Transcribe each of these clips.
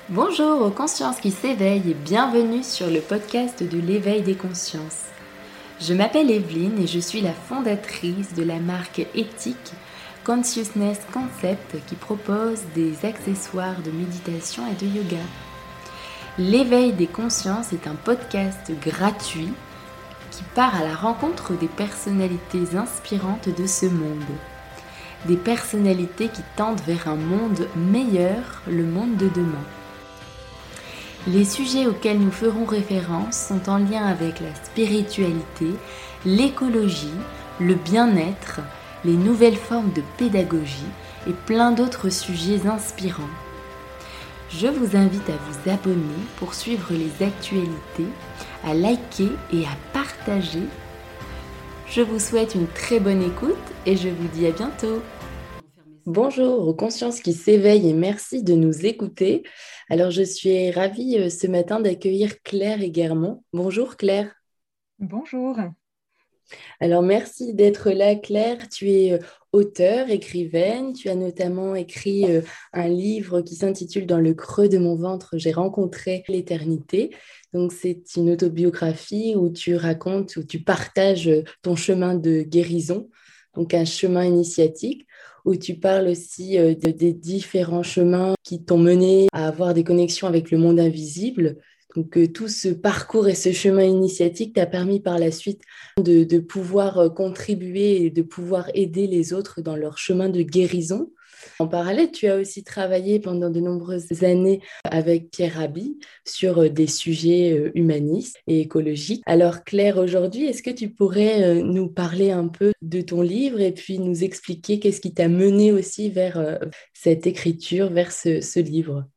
Bonjour aux consciences qui s'éveillent et bienvenue sur le podcast de l'éveil des consciences. Je m'appelle Evelyne et je suis la fondatrice de la marque éthique Consciousness Concept qui propose des accessoires de méditation et de yoga. L'éveil des consciences est un podcast gratuit qui part à la rencontre des personnalités inspirantes de ce monde. Des personnalités qui tendent vers un monde meilleur, le monde de demain. Les sujets auxquels nous ferons référence sont en lien avec la spiritualité, l'écologie, le bien-être, les nouvelles formes de pédagogie et plein d'autres sujets inspirants. Je vous invite à vous abonner pour suivre les actualités, à liker et à partager. Je vous souhaite une très bonne écoute et je vous dis à bientôt. Bonjour aux consciences qui s'éveillent et merci de nous écouter. Alors, je suis ravie ce matin d'accueillir Claire Eguermont. Bonjour Claire. Bonjour. Alors, merci d'être là Claire. Tu es auteure, écrivaine. Tu as notamment écrit un livre qui s'intitule Dans le creux de mon ventre, j'ai rencontré l'éternité. Donc, c'est une autobiographie où tu racontes, où tu partages ton chemin de guérison, donc un chemin initiatique où tu parles aussi des différents chemins qui t'ont mené à avoir des connexions avec le monde invisible. Donc, tout ce parcours et ce chemin initiatique t'a permis par la suite de pouvoir contribuer et de pouvoir aider les autres dans leur chemin de guérison. En parallèle, tu as aussi travaillé pendant de nombreuses années avec Pierre Rabhi sur des sujets humanistes et écologiques. Alors Claire, aujourd'hui, est-ce que tu pourrais nous parler un peu de ton livre et puis nous expliquer qu'est-ce qui t'a mené aussi vers cette écriture, vers ce livre?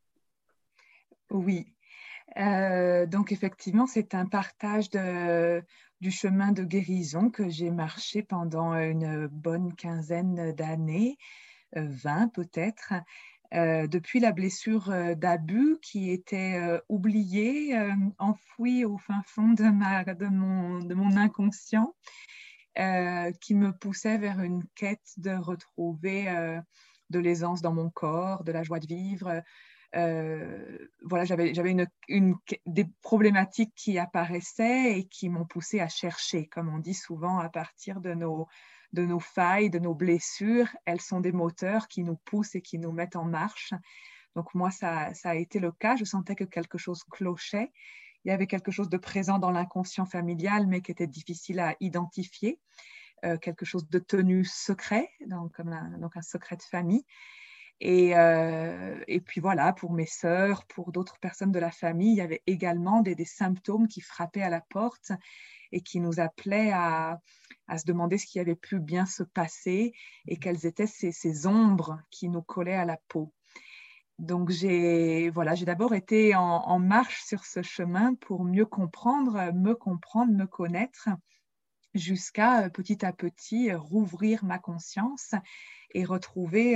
Oui, donc effectivement, c'est un partage du chemin de guérison que j'ai marché pendant une bonne quinzaine d'années, 20 peut-être, depuis la blessure d'abus qui était oubliée, enfouie au fin fond de mon inconscient, qui me poussait vers une quête de retrouver de l'aisance dans mon corps, de la joie de vivre. Voilà, j'avais des problématiques qui apparaissaient et qui m'ont poussée à chercher, comme on dit souvent, à partir de nos failles, de nos blessures. Elles sont des moteurs qui nous poussent et qui nous mettent en marche. Donc moi, ça a été le cas. Je sentais que quelque chose clochait. Il y avait quelque chose de présent dans l'inconscient familial, mais qui était difficile à identifier. Quelque chose de tenu secret, donc un secret de famille. Et puis voilà, pour mes sœurs, pour d'autres personnes de la famille, il y avait également des symptômes qui frappaient à la porte et qui nous appelaient à se demander ce qui avait pu bien se passer et quelles étaient ces ombres qui nous collaient à la peau. Donc j'ai d'abord été en marche sur ce chemin pour mieux comprendre, me connaître, jusqu'à petit à petit rouvrir ma conscience et retrouver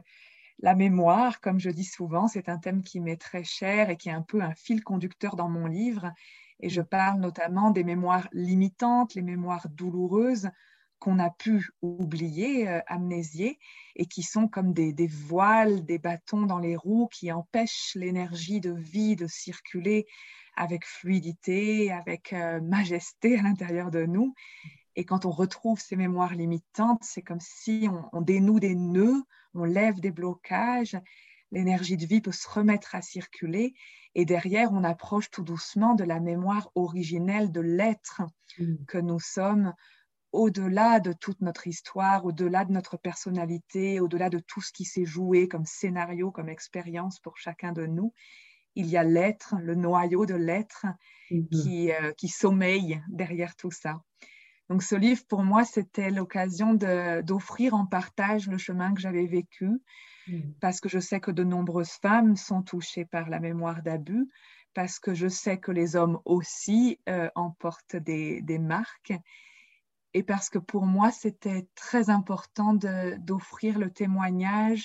la mémoire. Comme je dis souvent, c'est un thème qui m'est très cher et qui est un peu un fil conducteur dans mon livre. Et je parle notamment des mémoires limitantes, les mémoires douloureuses qu'on a pu oublier, amnésier, et qui sont comme des voiles, des bâtons dans les roues qui empêchent l'énergie de vie de circuler avec fluidité, avec majesté à l'intérieur de nous. Et quand on retrouve ces mémoires limitantes, c'est comme si on dénoue des nœuds, on lève des blocages, l'énergie de vie peut se remettre à circuler et derrière, on approche tout doucement de la mémoire originelle de l'être Mm. que nous sommes, au-delà de toute notre histoire, au-delà de notre personnalité, au-delà de tout ce qui s'est joué comme scénario, comme expérience pour chacun de nous. Il y a l'être, le noyau de l'être Mhm. qui sommeille derrière tout ça. Donc, ce livre, pour moi, c'était l'occasion d'offrir en partage le chemin que j'avais vécu, Mm. parce que je sais que de nombreuses femmes sont touchées par la mémoire d'abus, parce que je sais que les hommes aussi en portent des marques, et parce que pour moi, c'était très important d'offrir le témoignage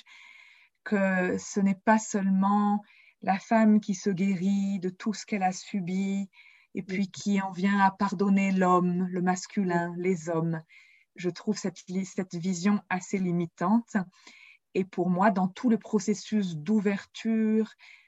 que ce n'est pas seulement la femme qui se guérit de tout ce qu'elle a subi et puis qui en vient à pardonner l'homme, le masculin, les hommes. Je trouve cette vision assez limitante. Et pour moi, dans tout le processus d'ouverture,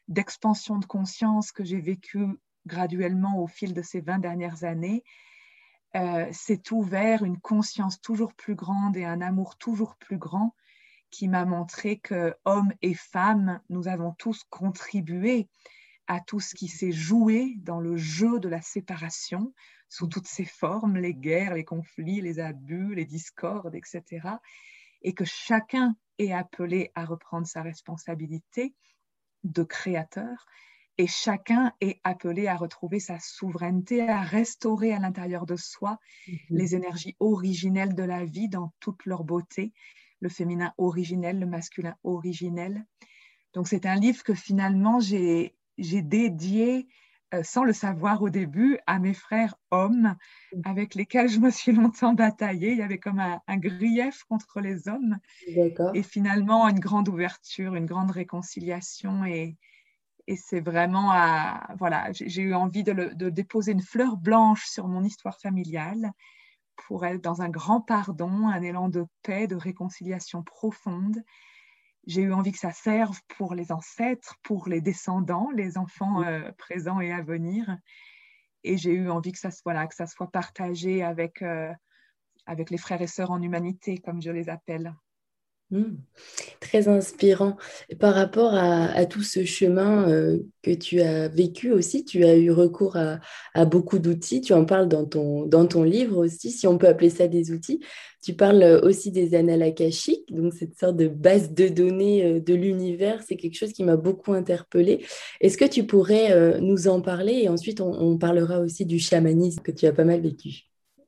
d'expansion de conscience que j'ai vécue graduellement au fil de ces 20 dernières années, s'est ouvert une conscience toujours plus grande et un amour toujours plus grand qui m'a montré que hommes et femmes, nous avons tous contribué à tout ce qui s'est joué dans le jeu de la séparation sous toutes ses formes, les guerres, les conflits, les abus, les discordes, etc. Et que chacun est appelé à reprendre sa responsabilité de créateur et chacun est appelé à retrouver sa souveraineté, à restaurer à l'intérieur de soi les énergies originelles de la vie dans toute leur beauté, le féminin originel, le masculin originel. Donc c'est un livre que finalement j'ai dédié, sans le savoir au début, à mes frères hommes avec lesquels je me suis longtemps bataillée. Il y avait comme un grief contre les hommes et D'accord. finalement une grande ouverture, une grande réconciliation et c'est vraiment, voilà, j'ai eu envie de déposer une fleur blanche sur mon histoire familiale pour être dans un grand pardon, un élan de paix, de réconciliation profonde. J'ai eu envie que ça serve pour les ancêtres, pour les descendants, les enfants présents et à venir. Et j'ai eu envie que voilà, que ça soit partagé avec les frères et sœurs en humanité, comme je les appelle. Hmm. Très inspirant. Et par rapport à tout ce chemin que tu as vécu aussi, tu as eu recours à beaucoup d'outils. Tu en parles dans ton livre aussi, si on peut appeler ça des outils. Tu parles aussi des annales akashiques, donc cette sorte de base de données de l'univers. C'est quelque chose qui m'a beaucoup interpellée. Est-ce que tu pourrais nous en parler et ensuite on parlera aussi du chamanisme que tu as pas mal vécu.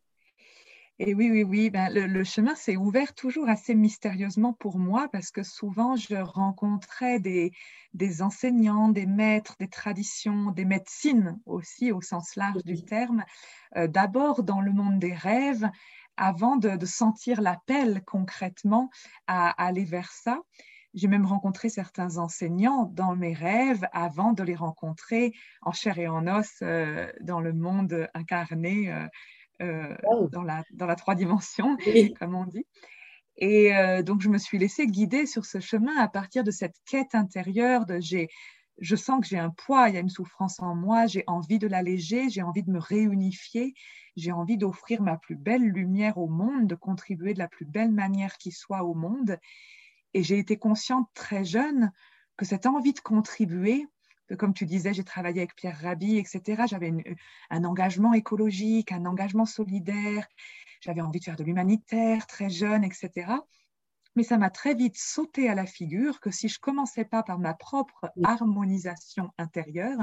Et oui, oui, oui, ben, le chemin s'est ouvert toujours assez mystérieusement pour moi parce que souvent je rencontrais des enseignants, des maîtres, des traditions, des médecines aussi au sens large du terme, d'abord dans le monde des rêves avant de sentir l'appel concrètement à aller vers ça. J'ai même rencontré certains enseignants dans mes rêves avant de les rencontrer en chair et en os dans le monde incarné. Wow. Dans la 3 dimensions, Oui. comme on dit. Et donc, je me suis laissée guider sur ce chemin à partir de cette quête intérieure je sens que j'ai un poids, il y a une souffrance en moi, j'ai envie de l'alléger, j'ai envie de me réunifier, j'ai envie d'offrir ma plus belle lumière au monde, de contribuer de la plus belle manière qui soit au monde. Et j'ai été consciente très jeune que cette envie de contribuer, comme tu disais, j'ai travaillé avec Pierre Rabhi, etc. J'avais un engagement écologique, un engagement solidaire. J'avais envie de faire de l'humanitaire très jeune, etc. Mais ça m'a très vite sauté à la figure que si je ne commençais pas par ma propre harmonisation intérieure,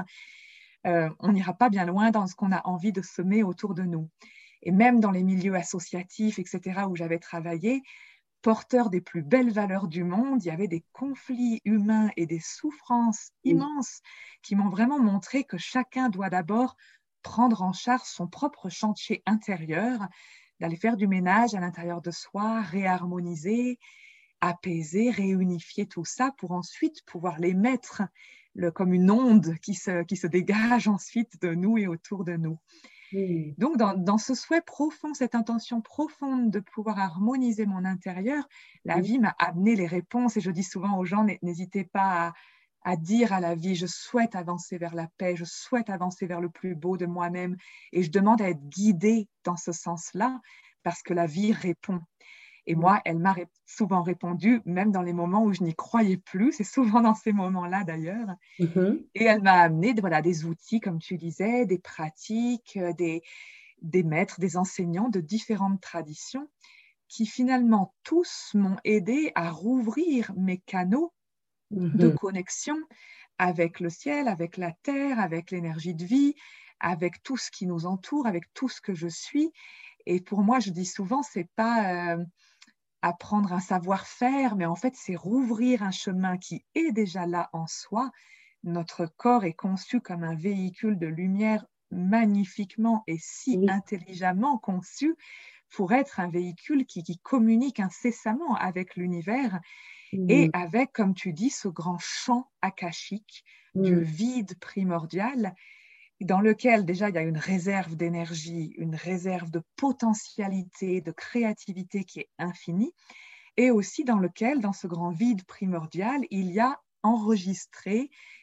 on n'ira pas bien loin dans ce qu'on a envie de semer autour de nous. Et même dans les milieux associatifs, etc., où j'avais travaillé, porteur des plus belles valeurs du monde, il y avait des conflits humains et des souffrances Oui. immenses qui m'ont vraiment montré que chacun doit d'abord prendre en charge son propre chantier intérieur, d'aller faire du ménage à l'intérieur de soi, réharmoniser, apaiser, réunifier tout ça pour ensuite pouvoir les mettre comme une onde qui se dégage ensuite de nous et autour de nous. Hmm. Donc, dans ce souhait profond, cette intention profonde de pouvoir harmoniser mon intérieur, la Oui. vie m'a amené les réponses et je dis souvent aux gens, n'hésitez pas à dire à la vie, je souhaite avancer vers la paix, je souhaite avancer vers le plus beau de moi-même et je demande à être guidée dans ce sens-là parce que la vie répond. Et moi, elle m'a souvent répondu, même dans les moments où je n'y croyais plus, c'est souvent dans ces moments-là d'ailleurs. Mhm. Et elle m'a amené voilà, des outils, comme tu disais, des pratiques, des maîtres, des enseignants de différentes traditions qui finalement tous m'ont aidé à rouvrir mes canaux de Mhm. connexion avec le ciel, avec la terre, avec l'énergie de vie, avec tout ce qui nous entoure, avec tout ce que je suis. Et pour moi, je dis souvent, c'est pas apprendre un savoir-faire, mais en fait, c'est rouvrir un chemin qui est déjà là en soi. Notre corps est conçu comme un véhicule de lumière magnifiquement et si Oui. intelligemment conçu pour être un véhicule qui communique incessamment avec l'univers et Mhm. avec, comme tu dis, ce grand champ akashique du Mhm. vide primordial dans lequel déjà il y a une réserve d'énergie, une réserve de potentialité, de créativité qui est infinie, et aussi dans lequel, dans ce grand vide primordial, il y a enregistré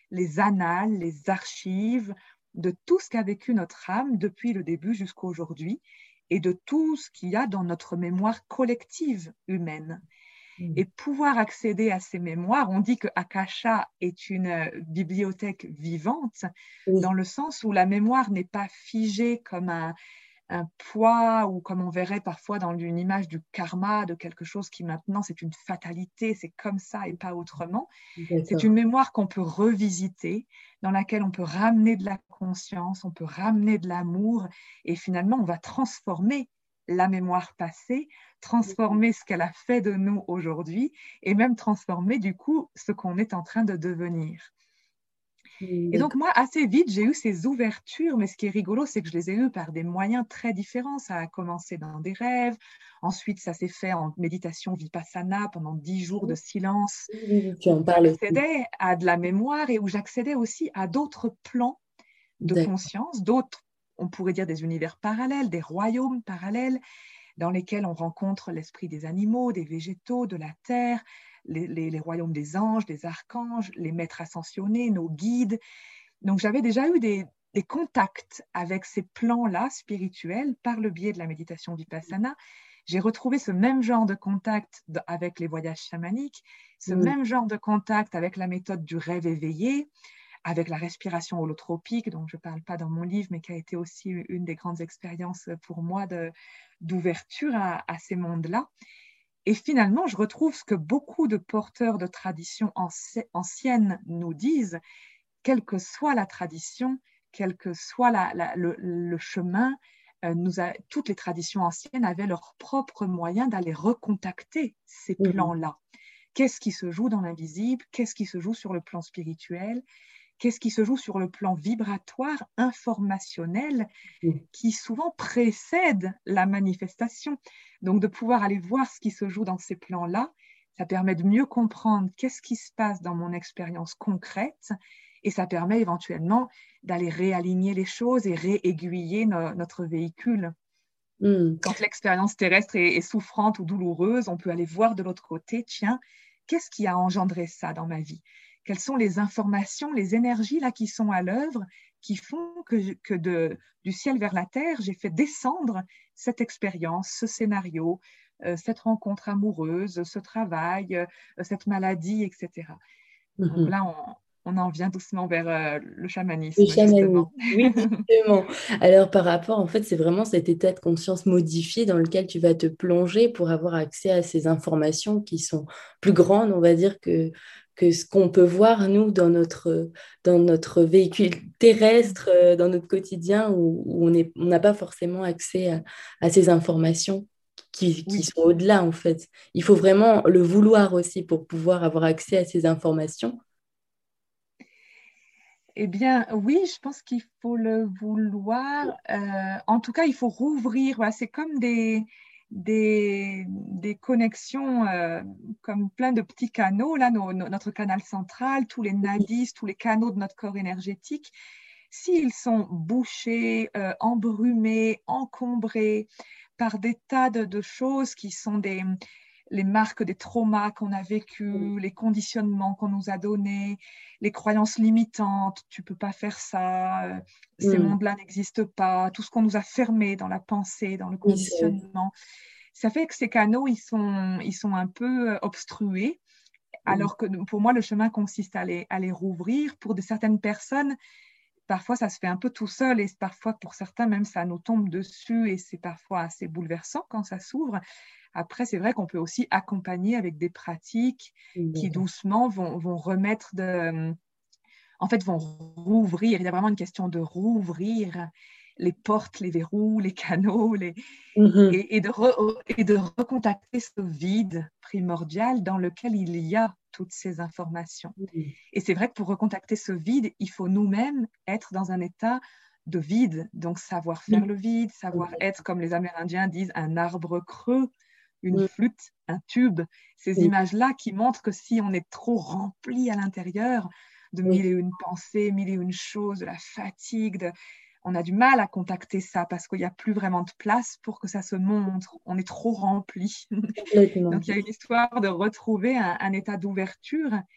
les annales, les archives de tout ce qu'a vécu notre âme depuis le début jusqu'à aujourd'hui et de tout ce qu'il y a dans notre mémoire collective humaine. Et pouvoir accéder à ces mémoires, on dit que Akasha est une bibliothèque vivante, dans le sens où la mémoire n'est pas figée comme un poids ou comme on verrait parfois dans une image du karma, de quelque chose qui maintenant c'est une fatalité, c'est comme ça et pas autrement. C'est une mémoire qu'on peut revisiter, dans laquelle on peut ramener de la conscience, on peut ramener de l'amour et finalement on va transformer la mémoire passée, transformer ce qu'elle a fait de nous aujourd'hui et même transformer du coup ce qu'on est en train de devenir. Et donc, moi, assez vite, j'ai eu ces ouvertures, mais ce qui est rigolo, c'est que je les ai eues par des moyens très différents. Ça a commencé dans des rêves, ensuite ça s'est fait en méditation vipassana pendant 10 jours de silence, Tu où en parles aussi. j'accédais à de la mémoire et où j'accédais aussi à d'autres plans de conscience, d'autres, on pourrait dire des univers parallèles, des royaumes parallèles, dans lesquels on rencontre l'esprit des animaux, des végétaux, de la terre, les royaumes des anges, des archanges, les maîtres ascensionnés, nos guides. Donc j'avais déjà eu des contacts avec ces plans-là spirituels par le biais de la méditation vipassana. J'ai retrouvé ce même genre de contact avec les voyages chamaniques, ce même genre de contact avec la méthode du rêve éveillé, avec la respiration holotropique, dont je ne parle pas dans mon livre, mais qui a été aussi une des grandes expériences pour moi d'ouverture à ces mondes-là. Et finalement, je retrouve ce que beaucoup de porteurs de traditions anciennes nous disent, quelle que soit la tradition, quel que soit le chemin, toutes les traditions anciennes avaient leur propre moyen d'aller recontacter ces plans-là. Qu'est-ce qui se joue dans l'invisible? Qu'est-ce qui se joue sur le plan spirituel? Qu'est-ce qui se joue sur le plan vibratoire, informationnel, qui souvent précède la manifestation? Donc, de pouvoir aller voir ce qui se joue dans ces plans-là, ça permet de mieux comprendre qu'est-ce qui se passe dans mon expérience concrète et ça permet éventuellement d'aller réaligner les choses et réaiguiller notre véhicule. Quand l'expérience terrestre est souffrante ou douloureuse, on peut aller voir de l'autre côté, tiens, qu'est-ce qui a engendré ça dans ma vie? Quelles sont les informations, les énergies là qui sont à l'œuvre, qui font que du ciel vers la terre, j'ai fait descendre cette expérience, ce scénario, cette rencontre amoureuse, ce travail, cette maladie, etc. Donc là, on en vient doucement vers le chamanisme, justement. Oui, justement. Alors, par rapport, en fait, c'est vraiment cet état de conscience modifié dans lequel tu vas te plonger pour avoir accès à ces informations qui sont plus grandes, on va dire, que ce qu'on peut voir, nous, dans notre véhicule terrestre, dans notre quotidien, où on n'a pas forcément accès à ces informations qui sont au-delà, en fait. Il faut vraiment le vouloir aussi pour pouvoir avoir accès à ces informations. Eh bien, oui, je pense qu'il faut le vouloir. En tout cas, il faut rouvrir. Voilà, c'est comme des connexions, comme plein de petits canaux. Là, notre canal central, tous les nadis, tous les canaux de notre corps énergétique, s'ils sont bouchés, embrumés, encombrés par des tas de choses qui sont les marques des traumas qu'on a vécus, les conditionnements qu'on nous a donnés, les croyances limitantes, tu peux pas faire ça, ces mondes-là n'existent pas, tout ce qu'on nous a fermé dans la pensée, dans le conditionnement. Ça fait que ces canaux, ils sont un peu obstrués, alors que pour moi, le chemin consiste à les rouvrir. Pour certaines personnes, parfois, ça se fait un peu tout seul et parfois, pour certains, même, ça nous tombe dessus et c'est parfois assez bouleversant quand ça s'ouvre. Après, c'est vrai qu'on peut aussi accompagner avec des pratiques qui doucement vont remettre en fait, vont rouvrir. Il y a vraiment une question de rouvrir les portes, les verrous, les canaux, et de recontacter ce vide primordial dans lequel il y a toutes ces informations. Et c'est vrai que pour recontacter ce vide, il faut nous-mêmes être dans un état de vide, donc savoir faire le vide, savoir être, comme les Amérindiens disent, un arbre creux, une flûte, un tube. Ces images-là qui montrent que si on est trop rempli à l'intérieur de mille et une pensées, mille et une choses, de la fatigue, on a du mal à contacter ça parce qu'il n'y a plus vraiment de place pour que ça se montre. On est trop rempli. Donc, il y a une histoire de retrouver un état d'ouverture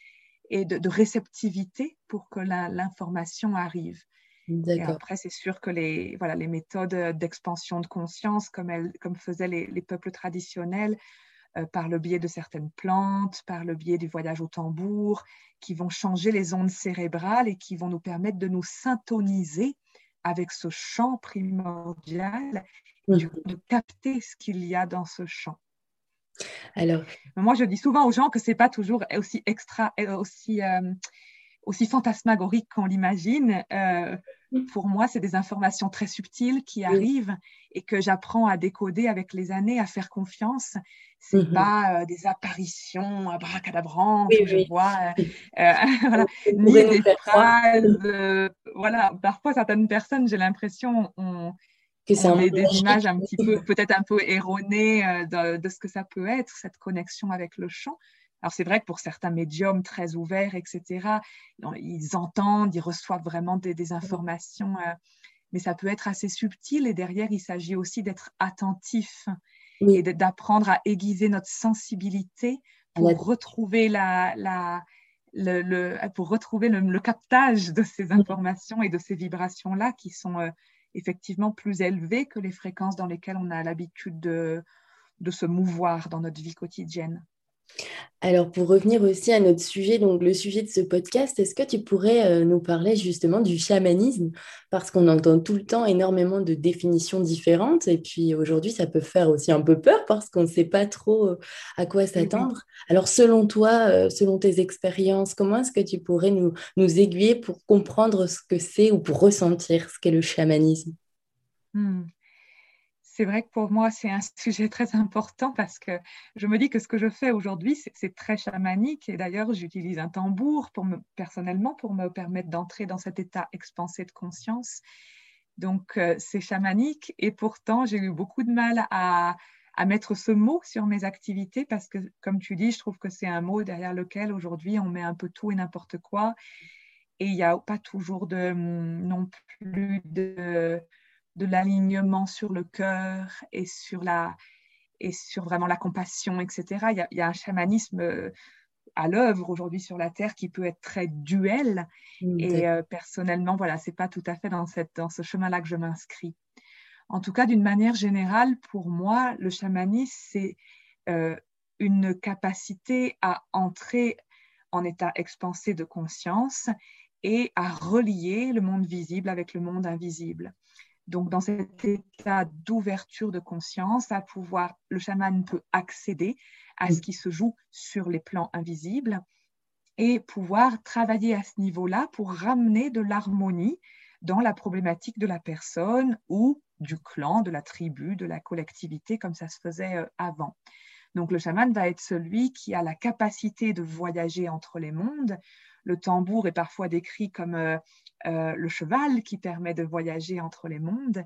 et de réceptivité pour que l'information arrive. Et D'accord. après, c'est sûr que les méthodes d'expansion de conscience, comme faisaient les peuples traditionnels, par le biais de certaines plantes, par le biais du voyage au tambour, qui vont changer les ondes cérébrales et qui vont nous permettre de nous syntoniser avec ce champ primordial, et du coup de capter ce qu'il y a dans ce champ. Alors, Moi, je dis souvent aux gens que ce n'est pas toujours aussi fantasmagorique qu'on l'imagine. Pour moi, c'est des informations très subtiles qui arrivent et que j'apprends à décoder avec les années, à faire confiance. Ce n'est pas des apparitions abracadabrantes où je vois, voilà, ni des phrases. Voilà. Parfois, certaines personnes, j'ai l'impression, que c'est ont un monde des images magique. peut-être un peu erronées de ce que ça peut être, cette connexion avec le chant. Alors, c'est vrai que pour certains médiums très ouverts, etc., ils entendent, ils reçoivent vraiment des informations, mais ça peut être assez subtil. Et derrière, il s'agit aussi d'être attentif et Oui, d'apprendre à aiguiser notre sensibilité pour retrouver pour retrouver le captage de ces informations et de ces vibrations-là qui sont effectivement plus élevées que les fréquences dans lesquelles on a l'habitude de se mouvoir dans notre vie quotidienne. Alors, pour revenir aussi à notre sujet, donc le sujet de ce podcast, est-ce que tu pourrais nous parler justement du chamanisme? Parce qu'on entend tout le temps énormément de définitions différentes et puis aujourd'hui, ça peut faire aussi un peu peur parce qu'on ne sait pas trop à quoi Et oui. s'attendre. Alors, selon toi, selon tes expériences, comment est-ce que tu pourrais nous aiguiller pour comprendre ce que c'est ou pour ressentir ce qu'est le chamanisme? C'est vrai que pour moi, c'est un sujet très important parce que je me dis que ce que je fais aujourd'hui, c'est très chamanique. Et d'ailleurs, j'utilise un tambour personnellement pour me permettre d'entrer dans cet état expansé de conscience. Donc, c'est chamanique. Et pourtant, j'ai eu beaucoup de mal à mettre ce mot sur mes activités parce que, comme tu dis, je trouve que c'est un mot derrière lequel aujourd'hui on met un peu tout et n'importe quoi. Et il n'y a pas toujours non plus de l'alignement sur le cœur et sur vraiment la compassion, etc. Il y a un chamanisme à l'œuvre aujourd'hui sur la Terre qui peut être très duel. Et personnellement, voilà, ce n'est pas tout à fait dans ce chemin-là que je m'inscris. En tout cas, d'une manière générale, pour moi, le chamanisme, c'est une capacité à entrer en état expansé de conscience et à relier le monde visible avec le monde invisible. Donc, dans cet état d'ouverture de conscience, le chaman peut accéder à ce qui se joue sur les plans invisibles et pouvoir travailler à ce niveau-là pour ramener de l'harmonie dans la problématique de la personne ou du clan, de la tribu, de la collectivité, comme ça se faisait avant. Donc, le chaman va être celui qui a la capacité de voyager entre les mondes. Le tambour est parfois décrit comme le cheval qui permet de voyager entre les mondes.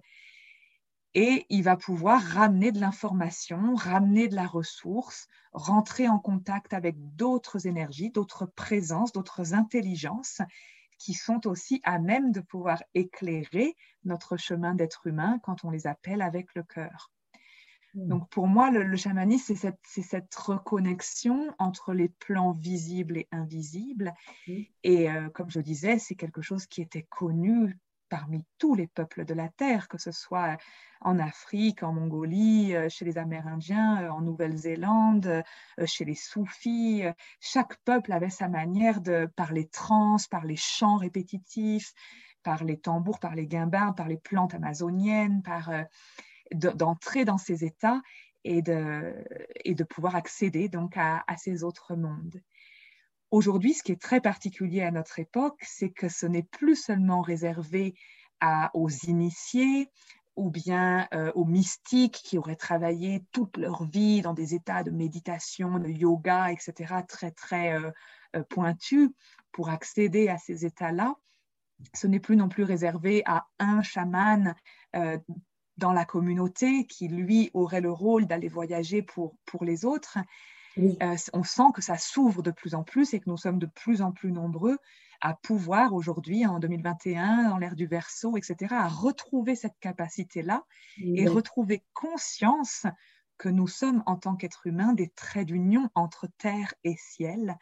Et il va pouvoir ramener de l'information, ramener de la ressource, rentrer en contact avec d'autres énergies, d'autres présences, d'autres intelligences qui sont aussi à même de pouvoir éclairer notre chemin d'être humain quand on les appelle avec le cœur. Donc pour moi, le chamanisme, c'est cette reconnexion entre les plans visibles et invisibles. Et comme je disais, c'est quelque chose qui était connu parmi tous les peuples de la Terre, que ce soit en Afrique, en Mongolie, chez les Amérindiens, en Nouvelle-Zélande, chez les Soufis. Chaque peuple avait sa manière par les trans, par les chants répétitifs, par les tambours, par les guimbardes, par les plantes amazoniennes, d'entrer dans ces états et de pouvoir accéder donc à ces autres mondes. Aujourd'hui, ce qui est très particulier à notre époque, c'est que ce n'est plus seulement réservé aux initiés ou bien aux mystiques qui auraient travaillé toute leur vie dans des états de méditation, de yoga, etc., très, très pointus pour accéder à ces états-là. Ce n'est plus non plus réservé à un chaman dans la communauté qui, lui, aurait le rôle d'aller voyager pour les autres. On sent que ça s'ouvre de plus en plus et que nous sommes de plus en plus nombreux à pouvoir aujourd'hui, en 2021, dans l'ère du Verseau, etc., à retrouver cette capacité-là et retrouver conscience que nous sommes, en tant qu'êtres humains, des traits d'union entre terre et ciel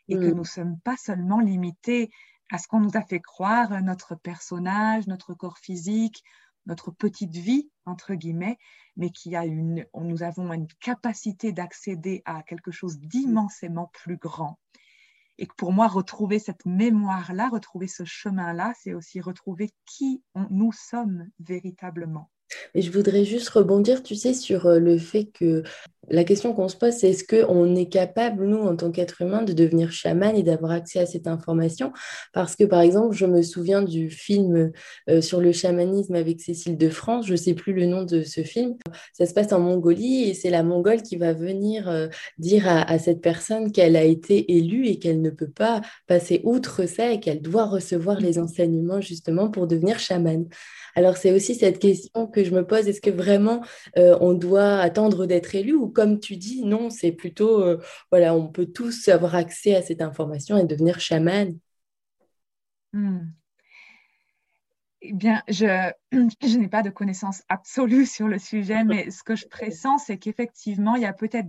et que nous ne sommes pas seulement limités à ce qu'on nous a fait croire, notre personnage, notre corps physique, notre petite vie, entre guillemets, mais nous avons une capacité d'accéder à quelque chose d'immensément plus grand. Et que pour moi, retrouver cette mémoire-là, retrouver ce chemin-là, c'est aussi retrouver qui nous sommes véritablement. Et je voudrais juste rebondir, tu sais, sur le fait que la question qu'on se pose, c'est est-ce qu'on est capable, nous, en tant qu'être humain, de devenir chaman et d'avoir accès à cette information? Parce que, par exemple, je me souviens du film sur le chamanisme avec Cécile de France, je ne sais plus le nom de ce film. Ça se passe en Mongolie et c'est la Mongole qui va venir dire à cette personne qu'elle a été élue et qu'elle ne peut pas passer outre ça et qu'elle doit recevoir les enseignements justement pour devenir chamane. Alors, c'est aussi cette question que je me pose, est-ce que vraiment on doit attendre d'être élu ou comme tu dis, non, c'est plutôt, voilà, on peut tous avoir accès à cette information et devenir chaman. Hmm. Eh bien, je n'ai pas de connaissances absolues sur le sujet, mais ce que je pressens, c'est qu'effectivement, il y a peut-être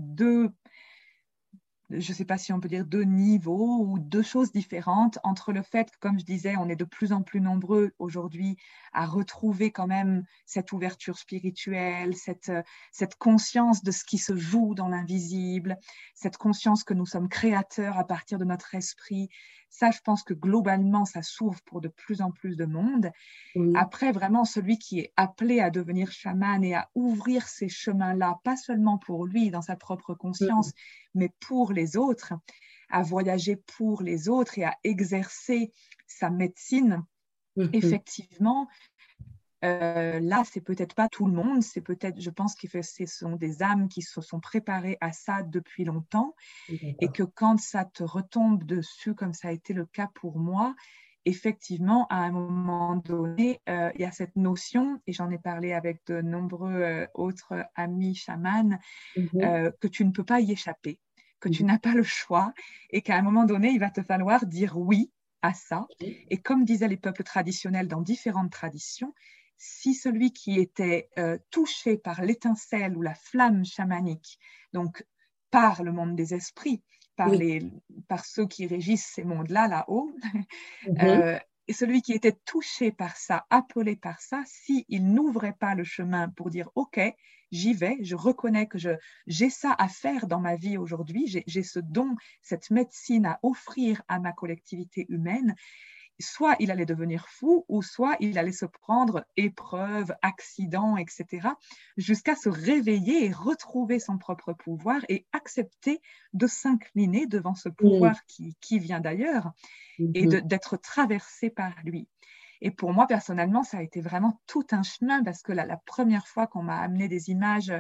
je ne sais pas si on peut dire deux niveaux ou deux choses différentes entre le fait que, comme je disais, on est de plus en plus nombreux aujourd'hui à retrouver quand même cette ouverture spirituelle, cette conscience de ce qui se joue dans l'invisible, cette conscience que nous sommes créateurs à partir de notre esprit. Ça, je pense que globalement, ça s'ouvre pour de plus en plus de monde. Oui. Après, vraiment, celui qui est appelé à devenir chaman et à ouvrir ces chemins-là, pas seulement pour lui, dans sa propre conscience, mais pour les autres, à voyager pour les autres et à exercer sa médecine, effectivement, là, c'est peut-être pas tout le monde, c'est peut-être, je pense que ce sont des âmes qui se sont préparées à ça depuis longtemps et que quand ça te retombe dessus, comme ça a été le cas pour moi, effectivement, à un moment donné, il y a cette notion, et j'en ai parlé avec de nombreux autres amis chamans, que tu ne peux pas y échapper, que tu n'as pas le choix, et qu'à un moment donné, il va te falloir dire oui à ça. Et comme disaient les peuples traditionnels dans différentes traditions, si celui qui était touché par l'étincelle ou la flamme chamanique, donc par le monde des esprits, par ceux qui régissent ces mondes-là, là-haut, et celui qui était touché par ça, appelé par ça, s'il n'ouvrait pas le chemin pour dire « Ok, j'y vais, je reconnais que j'ai ça à faire dans ma vie aujourd'hui, j'ai ce don, cette médecine à offrir à ma collectivité humaine », soit il allait devenir fou, ou soit il allait se prendre épreuves, accidents, etc., jusqu'à se réveiller et retrouver son propre pouvoir et accepter de s'incliner devant ce pouvoir qui vient d'ailleurs et d'être traversé par lui. Et pour moi, personnellement, ça a été vraiment tout un chemin parce que la première fois qu'on m'a amené des images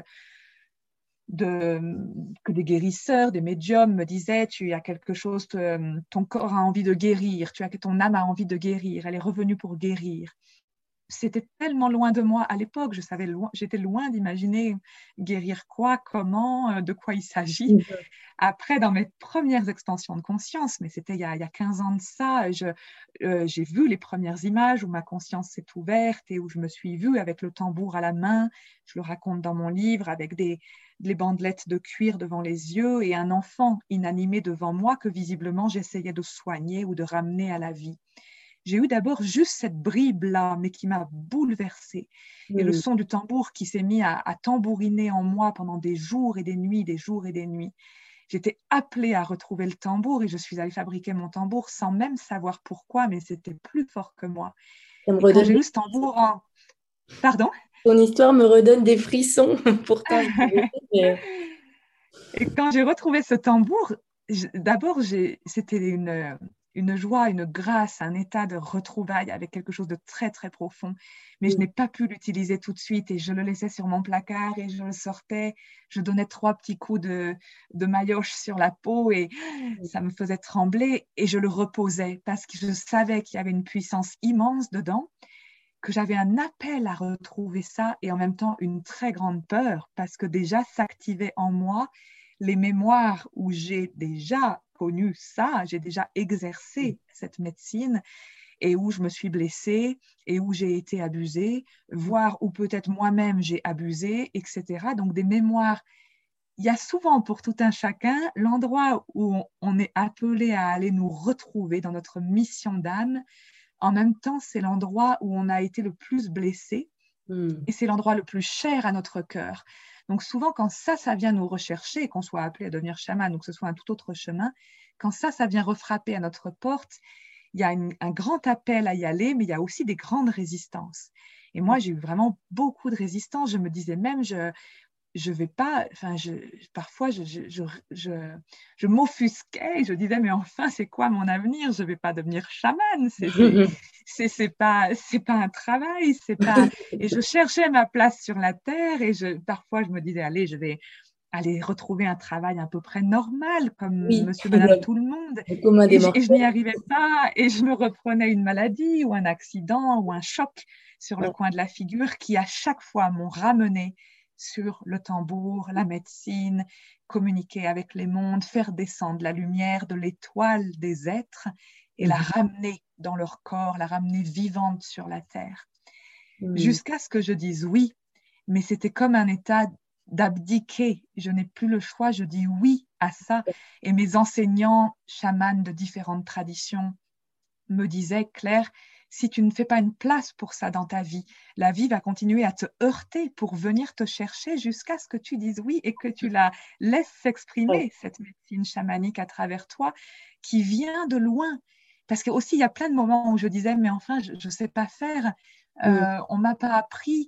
que des guérisseurs, des médiums me disaient, tu as quelque chose, ton corps a envie de guérir, ton âme a envie de guérir, elle est revenue pour guérir. C'était tellement loin de moi à l'époque, j'étais loin d'imaginer guérir quoi, comment, de quoi il s'agit. Après, dans mes premières expansions de conscience, mais c'était il y a 15 ans de ça, j'ai vu les premières images où ma conscience s'est ouverte et où je me suis vue avec le tambour à la main. Je le raconte dans mon livre avec des bandelettes de cuir devant les yeux et un enfant inanimé devant moi que visiblement j'essayais de soigner ou de ramener à la vie. J'ai eu d'abord juste cette bribe-là, mais qui m'a bouleversée. Et le son du tambour qui s'est mis à tambouriner en moi pendant des jours et des nuits, des jours et des nuits. J'étais appelée à retrouver le tambour et je suis allée fabriquer mon tambour sans même savoir pourquoi, mais c'était plus fort que moi. Et quand j'ai eu ce tambour en... Pardon? Ton histoire me redonne des frissons, pourtant. Et quand j'ai retrouvé ce tambour, d'abord, c'était une joie, une grâce, un état de retrouvailles avec quelque chose de très, très profond. Mais je n'ai pas pu l'utiliser tout de suite et je le laissais sur mon placard et je le sortais. Je donnais 3 petits coups de maillotche sur la peau et ça me faisait trembler et je le reposais parce que je savais qu'il y avait une puissance immense dedans, que j'avais un appel à retrouver ça et en même temps une très grande peur parce que déjà s'activaient en moi les mémoires où j'ai déjà connu ça, j'ai déjà exercé cette médecine et où je me suis blessée et où j'ai été abusée, voire où peut-être moi-même j'ai abusé, etc. Donc des mémoires il y a souvent pour tout un chacun l'endroit où on est appelé à aller nous retrouver dans notre mission d'âme. En même temps, c'est l'endroit où on a été le plus blessé Mm. et c'est l'endroit le plus cher à notre cœur. Donc souvent, quand ça vient nous rechercher, qu'on soit appelé à devenir chaman ou que ce soit un tout autre chemin, quand ça vient refrapper à notre porte, il y a un grand appel à y aller, mais il y a aussi des grandes résistances. Et moi, j'ai eu vraiment beaucoup de résistances. Je me disais même, je vais pas, enfin, parfois, je m'offusquais, je disais, mais enfin, c'est quoi mon avenir? Je vais pas devenir chaman, c'est pas un travail, c'est pas, et je cherchais ma place sur la terre et parfois, je me disais, allez, je vais aller retrouver un travail à peu près normal, comme Oui, monsieur, madame, tout le monde. le commun des Et je n'y mortels. arrivais pas et je me reprenais une maladie ou un accident ou un choc sur le Ouais. coin de la figure qui à chaque fois m'ont ramené sur le tambour, la médecine, communiquer avec les mondes, faire descendre la lumière de l'étoile des êtres et la Mhm. ramener dans leur corps, la ramener vivante sur la terre. Mm. Jusqu'à ce que je dise oui, mais c'était comme un état d'abdiquer. Je n'ai plus le choix, je dis oui à ça. Et mes enseignants chamans de différentes traditions me disaient, Claire, si tu ne fais pas une place pour ça dans ta vie, la vie va continuer à te heurter pour venir te chercher jusqu'à ce que tu dises oui et que tu la laisses Ouais. s'exprimer, cette médecine chamanique à travers toi qui vient de loin. Parce que aussi, il y a plein de moments où je disais, mais enfin, je ne sais pas faire, Mm. on ne m'a pas appris.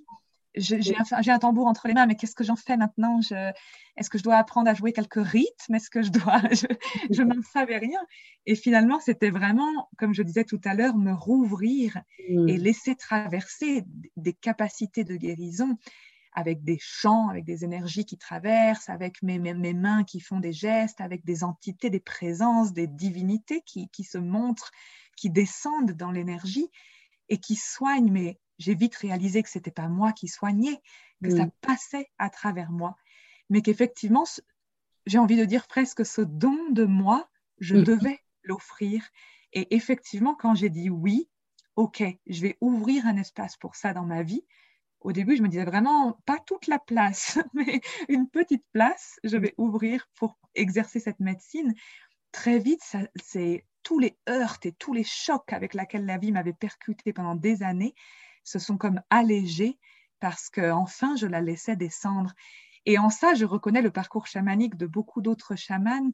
J'ai un tambour entre les mains, mais qu'est-ce que j'en fais maintenant? Est-ce que je dois apprendre à jouer quelques rythmes? Est-ce que je dois... je n'en savais rien. Et finalement, c'était vraiment, comme je disais tout à l'heure, me rouvrir et Mm. laisser traverser des capacités de guérison avec des chants, avec des énergies qui traversent, avec mes mains qui font des gestes, avec des entités, des présences, des divinités qui se montrent, qui descendent dans l'énergie et qui soignent. Mais j'ai vite réalisé que ce n'était pas moi qui soignais, que ça Mm. passait à travers moi, mais qu'effectivement, j'ai envie de dire presque ce don de moi, je Mm. devais l'offrir. Et effectivement, quand j'ai dit oui, OK, je vais ouvrir un espace pour ça dans ma vie, au début, je me disais vraiment pas toute la place, mais une petite place, je vais ouvrir pour exercer cette médecine. Très vite, c'est tous les heurts et tous les chocs avec lesquels la vie m'avait percuté pendant des années se sont comme allégés parce que enfin je la laissais descendre. Et en ça, je reconnais le parcours chamanique de beaucoup d'autres chamans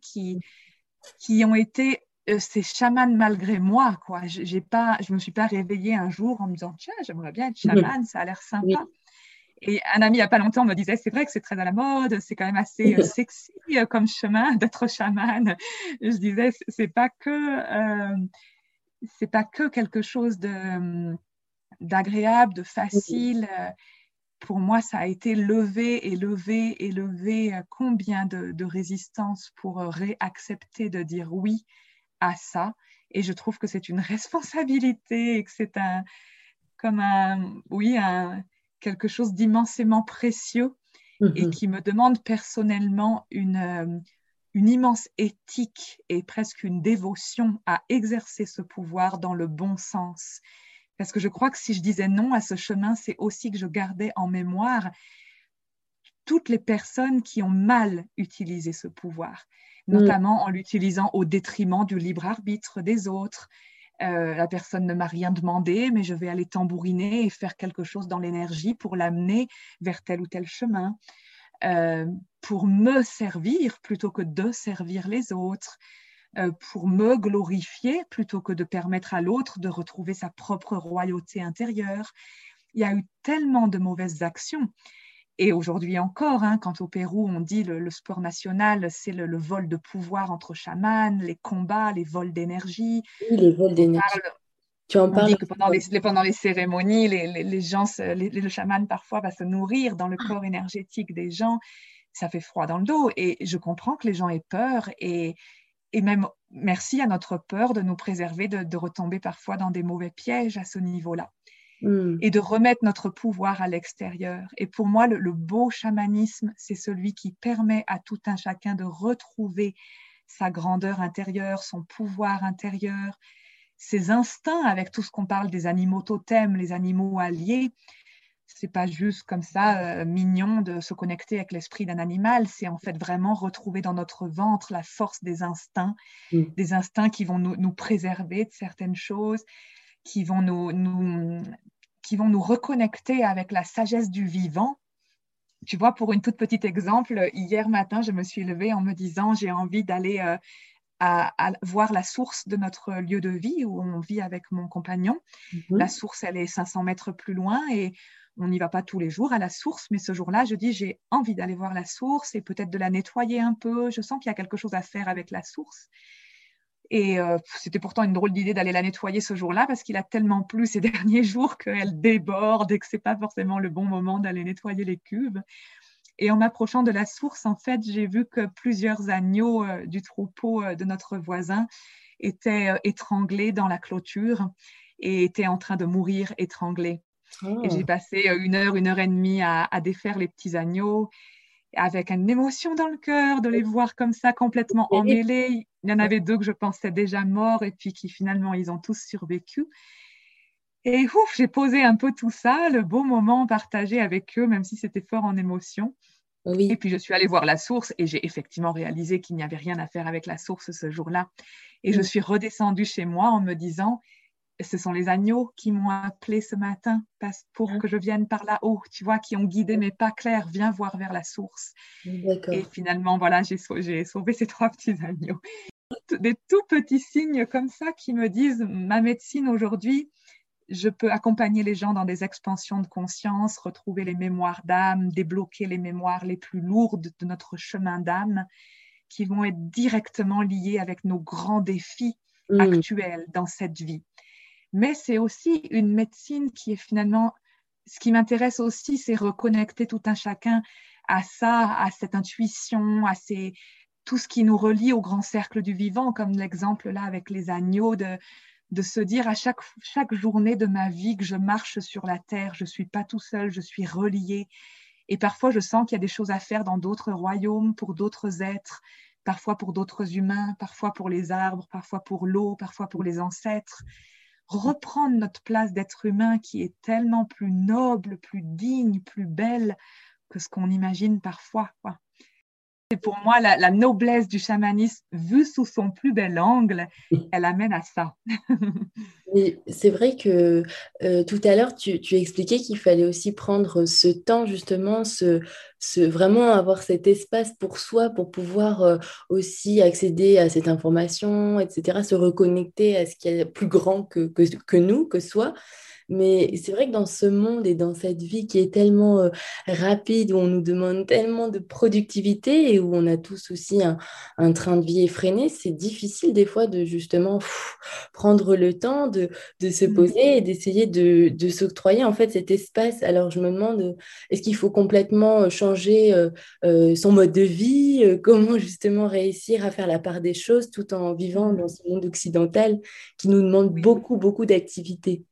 qui ont été ces chamans malgré moi, quoi. Je me suis pas réveillée un jour en me disant, tiens, j'aimerais bien être Mm. chaman, ça a l'air sympa. Oui. Et un ami, il n'y a pas longtemps, me disait, c'est vrai que c'est très à la mode, c'est quand même assez sexy comme chemin d'être chaman. Je disais, c'est pas que quelque chose d'agréable, de Mm. facile. Pour moi, ça a été lever et lever et lever combien de résistance pour réaccepter de dire oui à ça. Et je trouve que c'est une responsabilité et que c'est comme quelque chose d'immensément précieux et Mhm. qui me demande personnellement une immense éthique et presque une dévotion à exercer ce pouvoir dans le bon sens. Parce que je crois que si je disais non à ce chemin, c'est aussi que je gardais en mémoire toutes les personnes qui ont mal utilisé ce pouvoir, Mm. notamment en l'utilisant au détriment du libre arbitre des autres. La personne ne m'a rien demandé, mais je vais aller tambouriner et faire quelque chose dans l'énergie pour l'amener vers tel ou tel chemin, pour me servir plutôt que de servir les autres, pour me glorifier plutôt que de permettre à l'autre de retrouver sa propre royauté intérieure. Il y a eu tellement de mauvaises actions. Et aujourd'hui encore, hein, quand au Pérou, on dit le sport national, c'est le vol de pouvoir entre chamans, les combats, les vols d'énergie. Oui, les vols On d'énergie. parle Tu en On parles. dit que pendant les cérémonies, les gens, le chaman parfois va se nourrir dans le corps énergétique des gens. Ça fait froid dans le dos. Et je comprends que les gens aient peur. Et même merci à notre peur de nous préserver de retomber parfois dans des mauvais pièges à ce niveau-là. Mm. Et de remettre notre pouvoir à l'extérieur. Et pour moi, le beau chamanisme, c'est celui qui permet à tout un chacun de retrouver sa grandeur intérieure, son pouvoir intérieur, ses instincts, avec tout ce qu'on parle des animaux totems, les animaux alliés. c'est pas juste comme ça mignon de se connecter avec l'esprit d'un animal, c'est en fait vraiment retrouver dans notre ventre la force Mm. des instincts qui vont nous préserver de certaines choses, qui vont qui vont nous reconnecter avec la sagesse du vivant. Tu vois, pour une toute petite exemple, hier matin, je me suis levée en me disant j'ai envie d'aller à voir la source de notre lieu de vie où on vit avec mon compagnon. La Mhm. source, elle est 500 mètres plus loin et on n'y va pas tous les jours à la source, mais ce jour-là, je dis j'ai envie d'aller voir la source et peut-être de la nettoyer un peu. Je sens qu'il y a quelque chose à faire avec la source. Et c'était pourtant une drôle d'idée d'aller la nettoyer ce jour-là parce qu'il a tellement plu ces derniers jours qu'elle déborde et que c'est pas forcément le bon moment d'aller nettoyer les cuves. Et en m'approchant de la source, en fait, j'ai vu que plusieurs agneaux du troupeau de notre voisin étaient étranglés dans la clôture et étaient en train de mourir étranglés. Et j'ai Ah, passé une heure et demie à défaire les petits agneaux avec une émotion dans le cœur de les voir comme ça complètement terrible. emmêlés. Il y en avait deux que je pensais déjà morts et puis qui finalement, ils ont tous survécu. Et ouf, j'ai posé un peu tout ça, le beau moment partagé avec eux, même si c'était fort en émotion. Et Oui. puis je suis allée voir la source et j'ai effectivement réalisé qu'il n'y avait rien à faire avec la source ce jour-là. Et je Mm. suis redescendue chez moi en me disant, ce sont les agneaux qui m'ont appelé ce matin pour Ah, que je vienne par là-haut, tu vois, qui ont guidé mes pas clairs, viens voir vers la source. Et d'accord. finalement, voilà, j'ai sauvé ces trois petits agneaux. Des tout petits signes comme ça qui me disent, ma médecine aujourd'hui, je peux accompagner les gens dans des expansions de conscience, retrouver les mémoires d'âme, débloquer les mémoires les plus lourdes de notre chemin d'âme, qui vont être directement liées avec nos grands défis Mm. actuels dans cette vie. Mais c'est aussi une médecine qui est finalement, ce qui m'intéresse aussi, c'est reconnecter tout un chacun à ça, à cette intuition, tout ce qui nous relie au grand cercle du vivant, comme l'exemple là avec les agneaux, de se dire à chaque journée de ma vie que je marche sur la terre, je ne suis pas tout seul, je suis relié. Et parfois, je sens qu'il y a des choses à faire dans d'autres royaumes, pour d'autres êtres, parfois pour d'autres humains, parfois pour les arbres, parfois pour l'eau, parfois pour les ancêtres. Reprendre notre place d'être humain qui est tellement plus noble, plus digne, plus belle que ce qu'on imagine parfois, quoi. C'est pour moi la noblesse du chamanisme vue sous son plus bel angle, elle amène à ça. Oui, c'est vrai que tout à l'heure, tu expliquais qu'il fallait aussi prendre ce temps, justement, vraiment avoir cet espace pour soi, pour pouvoir aussi accéder à cette information, etc., se reconnecter à ce qui est plus grand que nous, que soi. Mais c'est vrai que dans ce monde et dans cette vie qui est tellement rapide, où on nous demande tellement de productivité et où on a tous aussi un train de vie effréné, c'est difficile des fois de justement prendre le temps de se Mm. poser et d'essayer de s'octroyer en fait cet espace. Alors je me demande, est-ce qu'il faut complètement changer son mode de vie? Comment justement réussir à faire la part des choses tout en vivant dans Mm. ce monde occidental qui nous demande Oui. beaucoup, beaucoup d'activités?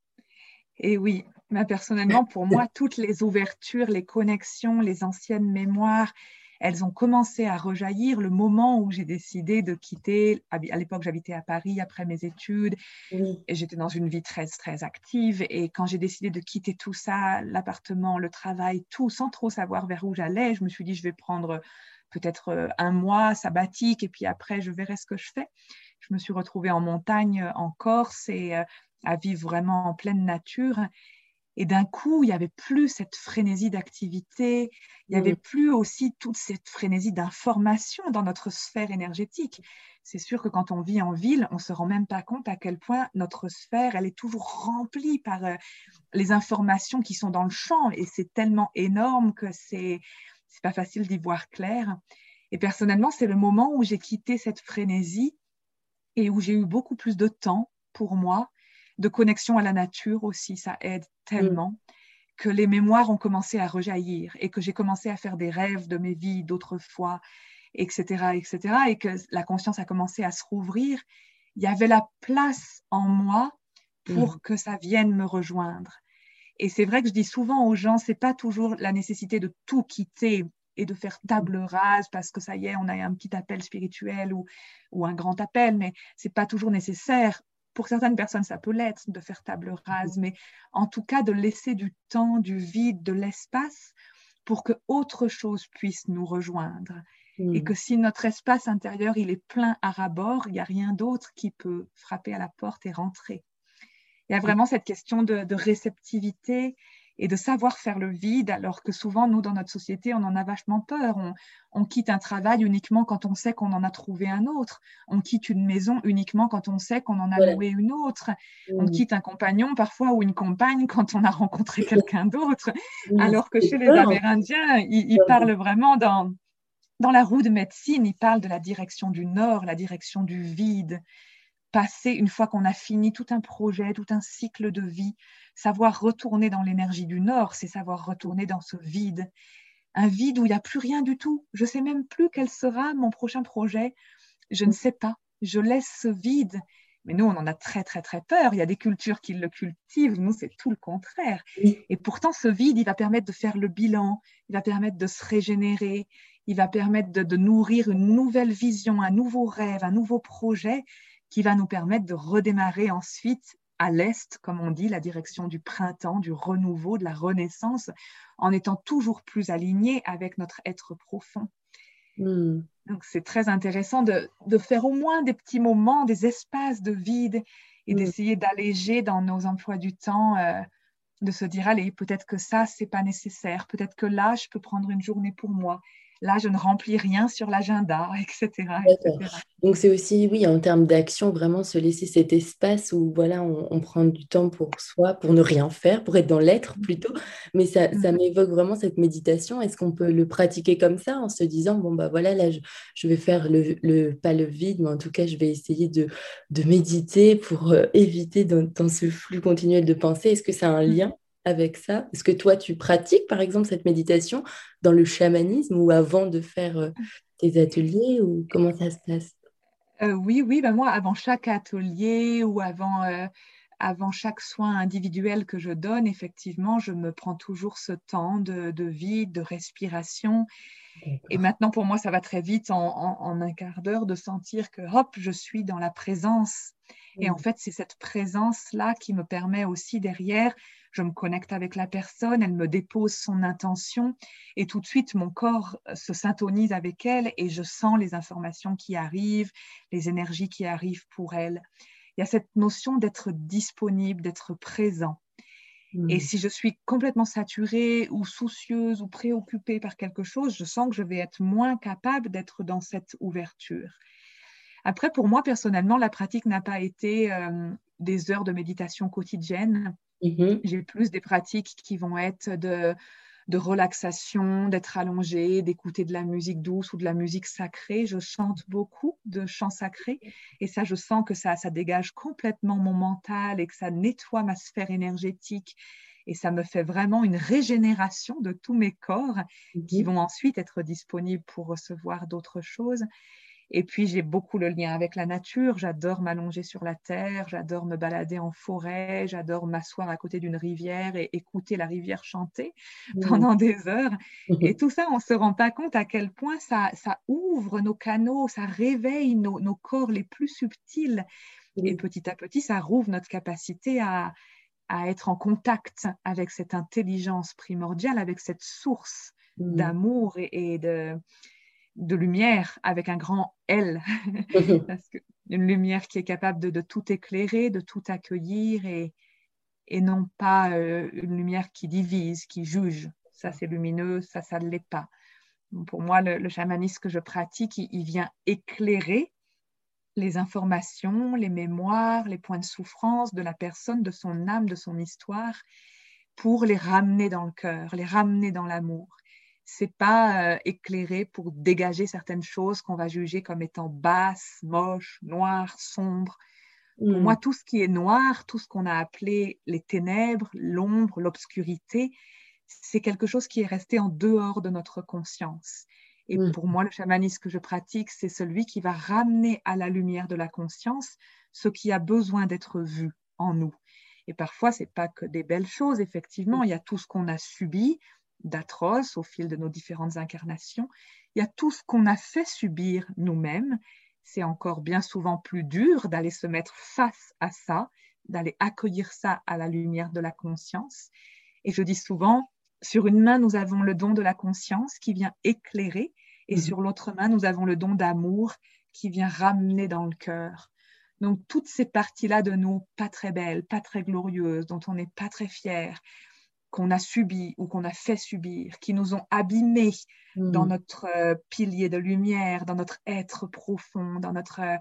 Et oui, mais personnellement, pour moi, toutes les ouvertures, les connexions, les anciennes mémoires, elles ont commencé à rejaillir le moment où j'ai décidé de quitter. À l'époque, j'habitais à Paris après mes études Oui. et j'étais dans une vie très, très active. Et quand j'ai décidé de quitter tout ça, l'appartement, le travail, tout, sans trop savoir vers où j'allais, je me suis dit, je vais prendre peut-être un mois sabbatique et puis après, je verrai ce que je fais. Je me suis retrouvée en montagne, en Corse et à vivre vraiment en pleine nature. Et d'un coup, il n'y avait plus cette frénésie d'activité, il n'y avait Mm. plus aussi toute cette frénésie d'information dans notre sphère énergétique. C'est sûr que quand on vit en ville, on ne se rend même pas compte à quel point notre sphère, elle est toujours remplie par les informations qui sont dans le champ. Et c'est tellement énorme que c'est pas facile d'y voir clair. Et personnellement, c'est le moment où j'ai quitté cette frénésie et où j'ai eu beaucoup plus de temps pour moi, de connexion à la nature aussi, ça aide Mm. tellement, que les mémoires ont commencé à rejaillir et que j'ai commencé à faire des rêves de mes vies d'autrefois, etc., etc., et que la conscience a commencé à se rouvrir. Il y avait la place en moi Mm. pour que ça vienne me rejoindre. Et c'est vrai que je dis souvent aux gens, c'est pas toujours la nécessité de tout quitter et de faire table rase parce que ça y est, on a un petit appel spirituel ou un grand appel, mais c'est pas toujours nécessaire. pour certaines personnes, ça peut l'être de faire table rase, mais en tout cas de laisser du temps, du vide, de l'espace pour que autre chose puisse nous rejoindre. Et que si notre espace intérieur il est plein à ras-bord, il n'y a rien d'autre qui peut frapper à la porte et rentrer. Il y a vraiment cette question de réceptivité et de savoir faire le vide, alors que souvent, nous, dans notre société, on en a vachement peur. On quitte un travail uniquement quand on sait qu'on en a trouvé un autre. On quitte une maison uniquement quand on sait qu'on en a loué une autre. On quitte un compagnon parfois ou une compagne quand on a rencontré quelqu'un d'autre. Alors que chez les Amérindiens, ils parlent vraiment dans la roue de médecine, ils parlent de la direction du nord, la direction du vide. Passer, une fois qu'on a fini tout un projet, tout un cycle de vie, savoir retourner dans l'énergie du nord, c'est savoir retourner dans ce vide. Un vide où il n'y a plus rien du tout. Je ne sais même plus quel sera mon prochain projet. Je ne sais pas. Je laisse ce vide. Mais nous, on en a très, très, très peur. Il y a des cultures qui le cultivent. Nous, c'est tout le contraire. Et pourtant, ce vide, il va permettre de faire le bilan. Il va permettre de se régénérer. Il va permettre de nourrir une nouvelle vision, un nouveau rêve, un nouveau projet qui va nous permettre de redémarrer ensuite à l'est, comme on dit, la direction du printemps, du renouveau, de la renaissance, en étant toujours plus alignés avec notre être profond. Donc, c'est très intéressant de faire au moins des petits moments, des espaces de vide et d'essayer d'alléger dans nos emplois du temps, de se dire, allez, peut-être que ça, c'est pas nécessaire. Peut-être que là, je peux prendre une journée pour moi. Là, je ne remplis rien sur l'agenda, etc., etc. Donc c'est aussi, oui, en termes d'action, vraiment se laisser cet espace où voilà, on prend du temps pour soi, pour ne rien faire, pour être dans l'être plutôt. Mais ça m'évoque vraiment cette méditation. Est-ce qu'on peut le pratiquer comme ça, en se disant, bon, bah voilà, là, je vais faire pas le vide, mais en tout cas, je vais essayer de méditer pour éviter dans ce flux continuel de pensée. Est-ce que ça a un lien avec ça? Est-ce que toi, tu pratiques, par exemple, cette méditation dans le chamanisme ou avant de faire tes ateliers ou comment ça se passe? Oui, ben moi, avant chaque atelier ou avant chaque soin individuel que je donne, effectivement, je me prends toujours ce temps de vide, de respiration. Et maintenant, pour moi, ça va très vite en un quart d'heure de sentir que, hop, je suis dans la présence. Et en fait, c'est cette présence-là qui me permet aussi derrière, je me connecte avec la personne, elle me dépose son intention et tout de suite, mon corps se syntonise avec elle et je sens les informations qui arrivent, les énergies qui arrivent pour elle. Il y a cette notion d'être disponible, d'être présent. Et si je suis complètement saturée ou soucieuse ou préoccupée par quelque chose, je sens que je vais être moins capable d'être dans cette ouverture. Après, pour moi, personnellement, la pratique n'a pas été des heures de méditation quotidienne. J'ai plus des pratiques qui vont être de relaxation, d'être allongée, d'écouter de la musique douce ou de la musique sacrée. Je chante beaucoup de chants sacrés et ça, je sens que ça dégage complètement mon mental et que ça nettoie ma sphère énergétique et ça me fait vraiment une régénération de tous mes corps qui vont ensuite être disponibles pour recevoir d'autres choses. Et puis, j'ai beaucoup le lien avec la nature. J'adore m'allonger sur la terre, j'adore me balader en forêt, j'adore m'asseoir à côté d'une rivière et écouter la rivière chanter pendant des heures. Et tout ça, on ne se rend pas compte à quel point ça ouvre nos canaux, ça réveille nos corps les plus subtils. Et petit à petit, ça rouvre notre capacité à être en contact avec cette intelligence primordiale, avec cette source d'amour et de lumière avec un grand L, parce que une lumière qui est capable de tout éclairer, de tout accueillir et non pas une lumière qui divise, qui juge. Ça, c'est lumineux, ça ne l'est pas. Donc, pour moi, le chamanisme que je pratique, il vient éclairer les informations, les mémoires, les points de souffrance de la personne, de son âme, de son histoire, pour les ramener dans le cœur, les ramener dans l'amour. C'est pas éclairé pour dégager certaines choses qu'on va juger comme étant basses, moches, noires, sombres. Pour moi, tout ce qui est noir, tout ce qu'on a appelé les ténèbres, l'ombre, l'obscurité, c'est quelque chose qui est resté en dehors de notre conscience. Et pour moi, le chamanisme que je pratique, c'est celui qui va ramener à la lumière de la conscience ce qui a besoin d'être vu en nous. Et parfois, ce n'est pas que des belles choses, effectivement. Il y a tout ce qu'on a subi d'atroce au fil de nos différentes incarnations. Il y a tout ce qu'on a fait subir nous-mêmes. c'est encore bien souvent plus dur d'aller se mettre face à ça, d'aller accueillir ça à la lumière de la conscience. Et je dis souvent, sur une main, nous avons le don de la conscience qui vient éclairer, et sur l'autre main, nous avons le don d'amour qui vient ramener dans le cœur. Donc, toutes ces parties-là de nous, pas très belles, pas très glorieuses, dont on n'est pas très fier, qu'on a subies ou qu'on a fait subir, qui nous ont abîmés dans notre pilier de lumière, dans notre être profond, dans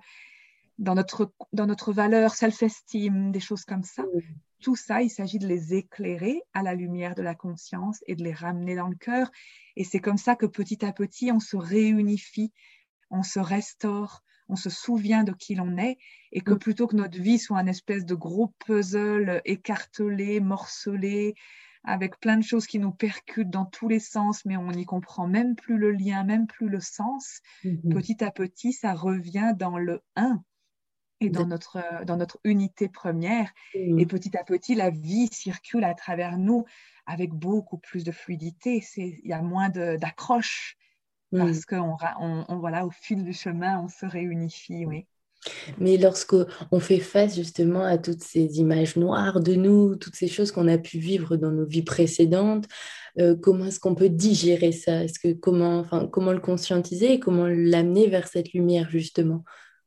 notre valeur self-esteem, des choses comme ça. Tout ça, il s'agit de les éclairer à la lumière de la conscience et de les ramener dans le cœur. Et c'est comme ça que petit à petit, on se réunifie, on se restaure, on se souvient de qui l'on est, et que plutôt que notre vie soit un espèce de gros puzzle écartelé, morcelé, avec plein de choses qui nous percutent dans tous les sens, mais on n'y comprend même plus le lien, même plus le sens, petit à petit, ça revient dans le un et dans notre unité première. Et petit à petit, la vie circule à travers nous avec beaucoup plus de fluidité. Il y a moins d'accroche parce voilà, au fil du chemin, on se réunifie, oui. Mais lorsqu'on fait face justement à toutes ces images noires de nous, toutes ces choses qu'on a pu vivre dans nos vies précédentes, comment est-ce qu'on peut digérer ça? Comment le conscientiser et comment l'amener vers cette lumière justement?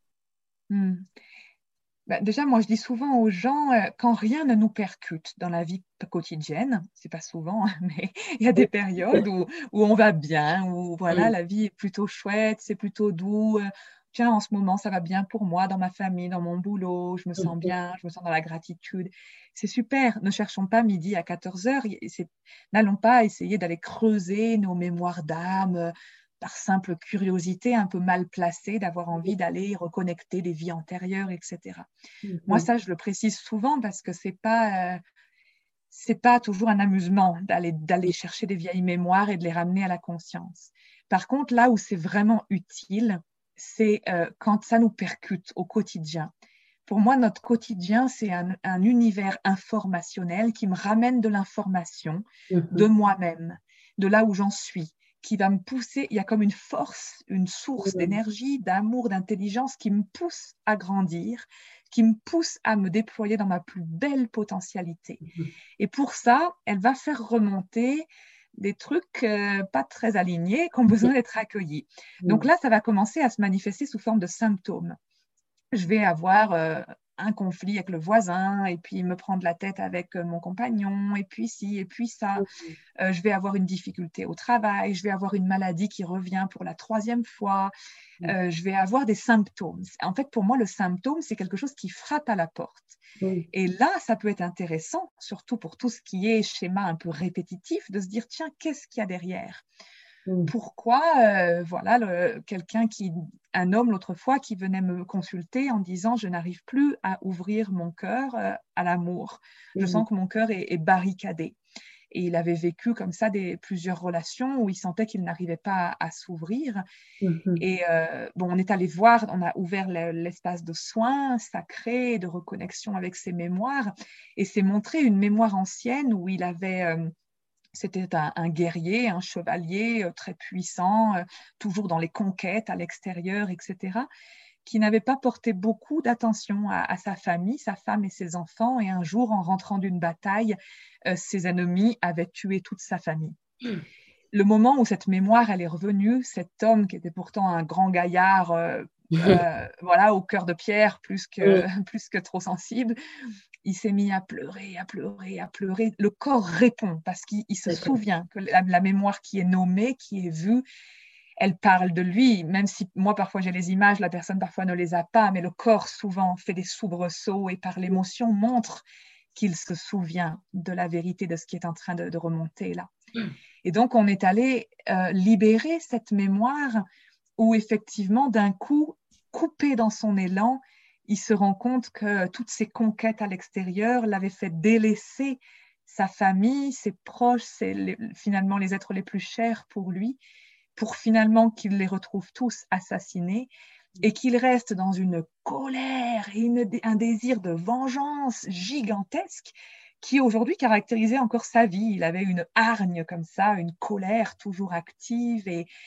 Ben, déjà, moi, je dis souvent aux gens, quand rien ne nous percute dans la vie quotidienne, c'est pas souvent, mais il y a des périodes où on va bien, où voilà, la vie est plutôt chouette, c'est plutôt doux. Tiens, en ce moment, ça va bien pour moi, dans ma famille, dans mon boulot, je me sens bien, je me sens dans la gratitude. C'est super. Ne cherchons pas midi à 14 heures. N'allons pas essayer d'aller creuser nos mémoires d'âme par simple curiosité un peu mal placée, d'avoir envie d'aller reconnecter des vies antérieures, etc. Moi, ça, je le précise souvent parce que c'est pas toujours un amusement d'aller chercher des vieilles mémoires et de les ramener à la conscience. Par contre, là où c'est vraiment utile, c'est quand ça nous percute au quotidien. Pour moi, notre quotidien, c'est un univers informationnel qui me ramène de l'information de moi-même, de là où j'en suis, qui va me pousser. Il y a comme une force, une source d'énergie, d'amour, d'intelligence qui me pousse à grandir, qui me pousse à me déployer dans ma plus belle potentialité. Et pour ça, elle va faire remonter des trucs pas très alignés qui ont besoin d'être accueillis. Donc là, ça va commencer à se manifester sous forme de symptômes. Je vais avoir un conflit avec le voisin, et puis me prendre la tête avec mon compagnon, et puis ci, et puis ça. Je vais avoir une difficulté au travail, je vais avoir une maladie qui revient pour la 3e fois, je vais avoir des symptômes. En fait, pour moi, le symptôme, c'est quelque chose qui frappe à la porte. Et là, ça peut être intéressant, surtout pour tout ce qui est schéma un peu répétitif, de se dire, tiens, qu'est-ce qu'il y a derrière ? Pourquoi, un homme l'autre fois qui venait me consulter en disant je n'arrive plus à ouvrir mon cœur à l'amour. Je sens que mon cœur est barricadé. Et il avait vécu comme ça plusieurs relations où il sentait qu'il n'arrivait pas à s'ouvrir. Et on est allé voir, on a ouvert l'espace de soins sacrés, de reconnexion avec ses mémoires. Et c'est montré une mémoire ancienne où il avait... C'était un guerrier, un chevalier très puissant, toujours dans les conquêtes à l'extérieur, etc., qui n'avait pas porté beaucoup d'attention à sa famille, sa femme et ses enfants. Et un jour, en rentrant d'une bataille, ses ennemis avaient tué toute sa famille. Le moment où cette mémoire elle est revenue, cet homme qui était pourtant un grand gaillard, voilà, au cœur de pierre, plus que trop sensible, il s'est mis à pleurer, à pleurer, à pleurer. Le corps répond parce qu'il se souvient que la mémoire qui est nommée, qui est vue, elle parle de lui, même si moi parfois j'ai les images, la personne parfois ne les a pas, mais le corps souvent fait des soubresauts et par l'émotion montre qu'il se souvient de la vérité de ce qui est en train de remonter là. Et donc on est allé libérer cette mémoire où effectivement d'un coup, coupé dans son élan, il se rend compte que toutes ces conquêtes à l'extérieur l'avaient fait délaisser sa famille, ses proches, finalement les êtres les plus chers pour lui, pour finalement qu'il les retrouve tous assassinés et qu'il reste dans une colère et un désir de vengeance gigantesque qui aujourd'hui caractérisait encore sa vie. Il avait une hargne comme ça, une colère toujours active et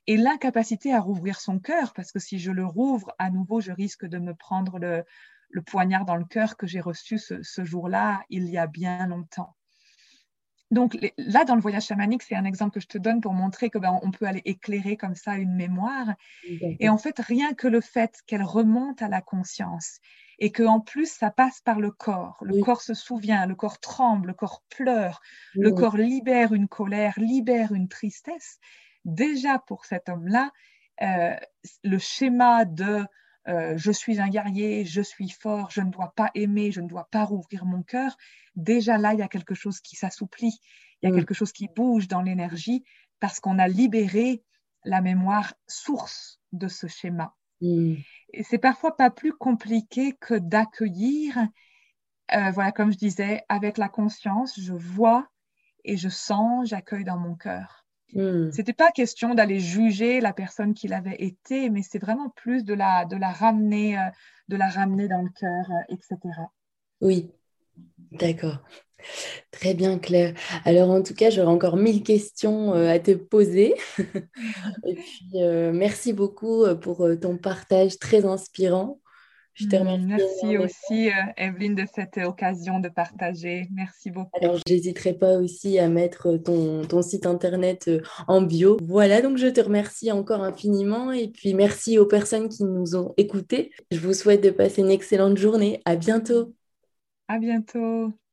et l'incapacité à rouvrir son cœur, parce que si je le rouvre à nouveau, je risque de me prendre le poignard dans le cœur que j'ai reçu ce jour-là, il y a bien longtemps. Donc là, dans le voyage chamanique, c'est un exemple que je te donne pour montrer que on peut aller éclairer comme ça une mémoire. Et en fait, rien que le fait qu'elle remonte à la conscience et qu'en plus, ça passe par le corps. Le corps se souvient, le corps tremble, le corps pleure, le corps libère une colère, libère une tristesse. Déjà, pour cet homme-là, le schéma de je suis un guerrier, je suis fort, je ne dois pas aimer, je ne dois pas rouvrir mon cœur, déjà là, il y a quelque chose qui s'assouplit, il y a quelque chose qui bouge dans l'énergie parce qu'on a libéré la mémoire source de ce schéma. Et c'est parfois pas plus compliqué que d'accueillir, voilà, comme je disais, avec la conscience, je vois et je sens, j'accueille dans mon cœur. C'était pas question d'aller juger la personne qu'il avait été, mais c'est vraiment plus de la ramener dans le cœur, etc. Oui, d'accord. Très bien, Claire. Alors, en tout cas, j'aurais encore 1000 questions à te poser. Et puis, merci beaucoup pour ton partage très inspirant. Je te remercie Merci énormément. aussi, Evelyne, de cette occasion de partager. Merci beaucoup. Alors, j'hésiterai pas aussi à mettre ton site internet en bio. Voilà, donc je te remercie encore infiniment et puis merci aux personnes qui nous ont écoutés. Je vous souhaite de passer une excellente journée. À bientôt. À bientôt.